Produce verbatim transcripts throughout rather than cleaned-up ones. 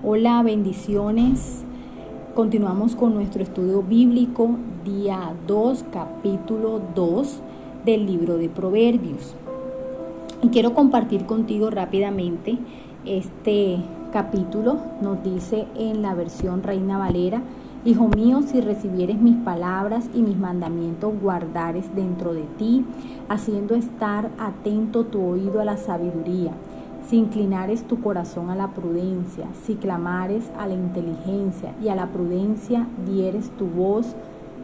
Hola, bendiciones. Continuamos con nuestro estudio bíblico, día dos, capítulo dos del libro de Proverbios. Y quiero compartir contigo rápidamente este capítulo. Nos dice en la versión Reina Valera: Hijo mío, si recibieres mis palabras y mis mandamientos guardares dentro de ti, haciendo estar atento tu oído a la sabiduría, si inclinares tu corazón a la prudencia, si clamares a la inteligencia y a la prudencia dieres tu voz,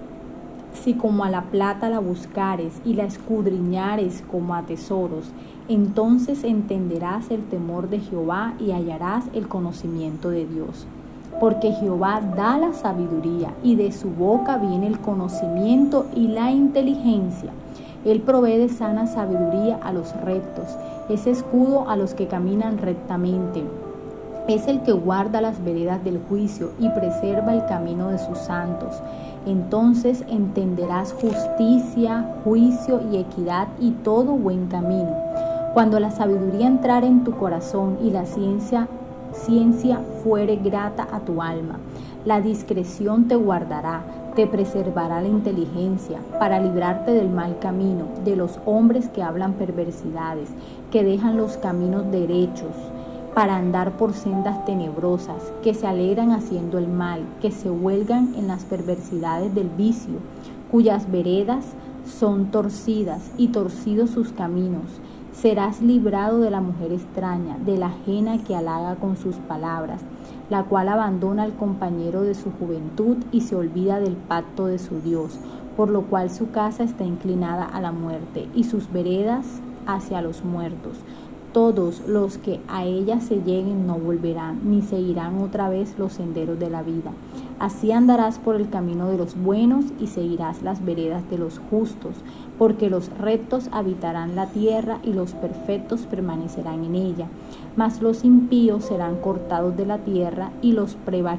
si como a la plata la buscares y la escudriñares como a tesoros, entonces entenderás el temor de Jehová y hallarás el conocimiento de Dios. Porque Jehová da la sabiduría y de su boca viene el conocimiento y la inteligencia. Él provee de sana sabiduría a los rectos, es escudo a los que caminan rectamente. Es el que guarda las veredas del juicio y preserva el camino de sus santos. Entonces entenderás justicia, juicio y equidad y todo buen camino. Cuando la sabiduría entrare en tu corazón y la ciencia, ciencia fuere grata a tu alma, la discreción te guardará, te preservará la inteligencia, para librarte del mal camino, de los hombres que hablan perversidades, que dejan los caminos derechos, para andar por sendas tenebrosas, que se alegran haciendo el mal, que se huelgan en las perversidades del vicio, cuyas veredas son torcidas y torcidos sus caminos. Serás librado de la mujer extraña, de la ajena que halaga con sus palabras, la cual abandona al compañero de su juventud y se olvida del pacto de su Dios, por lo cual su casa está inclinada a la muerte y sus veredas hacia los muertos. Todos los que a ella se lleguen no volverán, ni seguirán otra vez los senderos de la vida. Así andarás por el camino de los buenos y seguirás las veredas de los justos, porque los rectos habitarán la tierra y los perfectos permanecerán en ella. Mas los impíos serán cortados de la tierra y los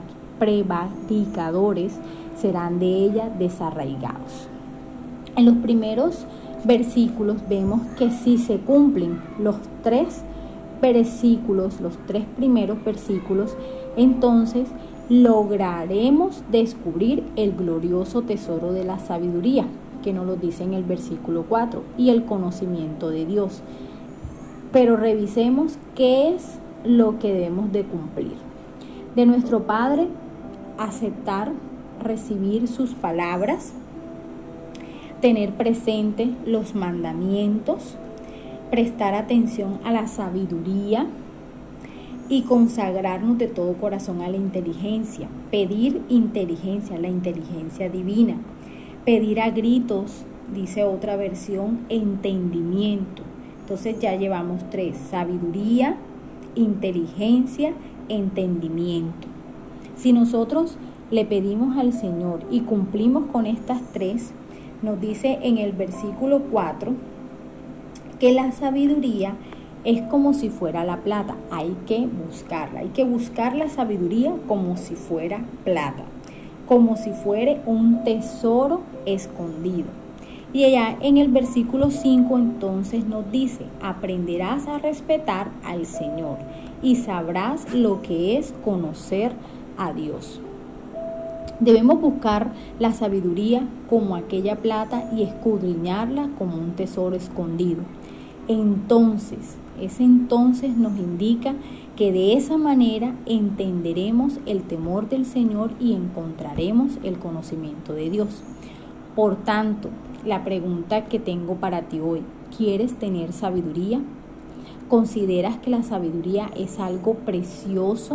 prevaricadores serán de ella desarraigados. En los primeros versículos vemos que si se cumplen los tres versículos, los tres primeros versículos, entonces lograremos descubrir el glorioso tesoro de la sabiduría, que nos lo dice en el versículo cuatro, y el conocimiento de Dios. Pero revisemos qué es lo que debemos de cumplir. De nuestro Padre, aceptar, recibir sus palabras, tener presente los mandamientos, prestar atención a la sabiduría y consagrarnos de todo corazón a la inteligencia. Pedir inteligencia, la inteligencia divina. Pedir a gritos, dice otra versión, entendimiento. Entonces ya llevamos tres: sabiduría, inteligencia, entendimiento. Si nosotros le pedimos al Señor y cumplimos con estas tres, nos dice en el versículo cuatro que la sabiduría es como si fuera la plata. Hay que buscarla, hay que buscar la sabiduría como si fuera plata, como si fuera un tesoro escondido. Y allá en el versículo cinco entonces nos dice: aprenderás a respetar al Señor y sabrás lo que es conocer a Dios. Debemos buscar la sabiduría como aquella plata y escudriñarla como un tesoro escondido. Entonces, ese entonces nos indica que de esa manera entenderemos el temor del Señor y encontraremos el conocimiento de Dios. Por tanto, la pregunta que tengo para ti hoy: ¿quieres tener sabiduría? ¿Consideras que la sabiduría es algo precioso?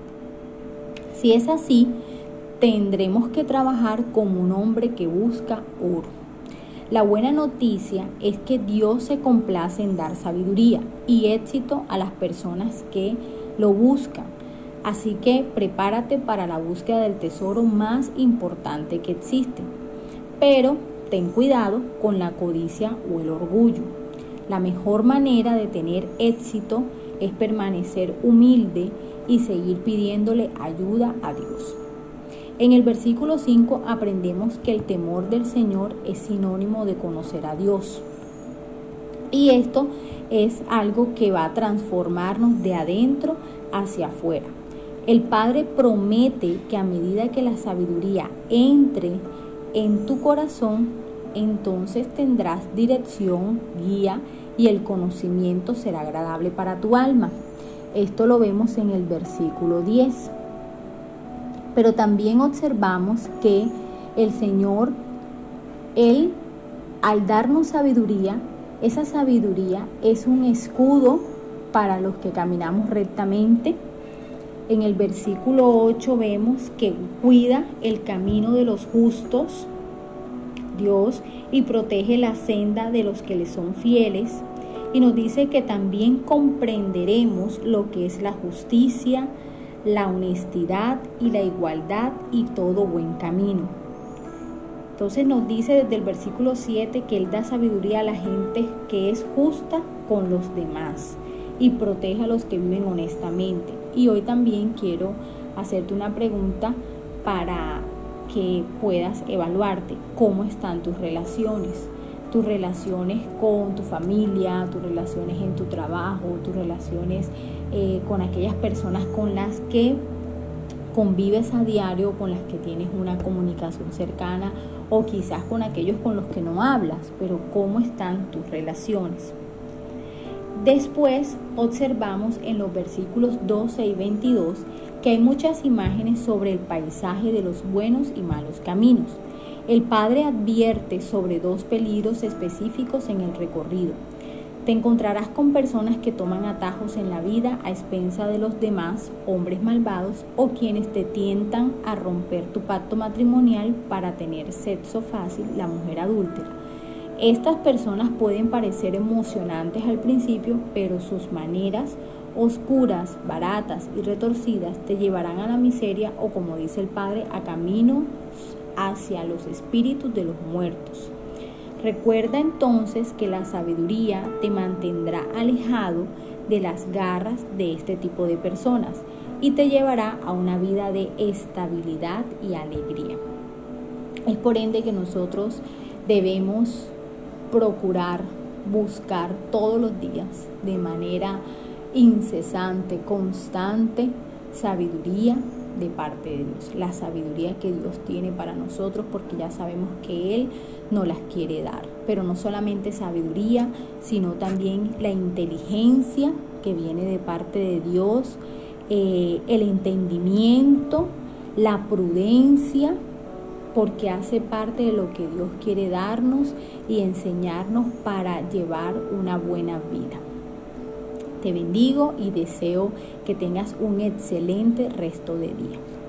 Si es así, tendremos que trabajar como un hombre que busca oro. La buena noticia es que Dios se complace en dar sabiduría y éxito a las personas que lo buscan. Así que prepárate para la búsqueda del tesoro más importante que existe. Pero ten cuidado con la codicia o el orgullo. La mejor manera de tener éxito es permanecer humilde y seguir pidiéndole ayuda a Dios. En el versículo cinco aprendemos que el temor del Señor es sinónimo de conocer a Dios. Y esto es algo que va a transformarnos de adentro hacia afuera. El Padre promete que a medida que la sabiduría entre en tu corazón, entonces tendrás dirección, guía y el conocimiento será agradable para tu alma. Esto lo vemos en el versículo diez. Pero también observamos que el Señor, Él, al darnos sabiduría, esa sabiduría es un escudo para los que caminamos rectamente. En el versículo ocho vemos que cuida el camino de los justos, Dios, y protege la senda de los que le son fieles. Y nos dice que también comprenderemos lo que es la justicia, la honestidad y la igualdad y todo buen camino. Entonces nos dice desde el versículo siete que Él da sabiduría a la gente que es justa con los demás y protege a los que viven honestamente. Y hoy también quiero hacerte una pregunta para que puedas evaluarte cómo están tus relaciones, tus relaciones con tu familia, tus relaciones en tu trabajo, tus relaciones eh, con aquellas personas con las que convives a diario, con las que tienes una comunicación cercana, o quizás con aquellos con los que no hablas, pero cómo están tus relaciones. Después observamos en los versículos doce y veintidós que hay muchas imágenes sobre el paisaje de los buenos y malos caminos. El Padre advierte sobre dos peligros específicos en el recorrido. Te encontrarás con personas que toman atajos en la vida a expensa de los demás, hombres malvados o quienes te tientan a romper tu pacto matrimonial para tener sexo fácil, la mujer adúltera. Estas personas pueden parecer emocionantes al principio, pero sus maneras oscuras, baratas y retorcidas te llevarán a la miseria o, como dice el Padre, a caminos hacia los espíritus de los muertos. Recuerda entonces que la sabiduría te mantendrá alejado de las garras de este tipo de personas y te llevará a una vida de estabilidad y alegría. Es por ende que nosotros debemos procurar buscar todos los días de manera incesante, constante, sabiduría de parte de Dios, la sabiduría que Dios tiene para nosotros, porque ya sabemos que Él nos las quiere dar, pero no solamente sabiduría, sino también la inteligencia que viene de parte de Dios, eh, el entendimiento, la prudencia, porque hace parte de lo que Dios quiere darnos y enseñarnos para llevar una buena vida. Te bendigo y deseo que tengas un excelente resto de día.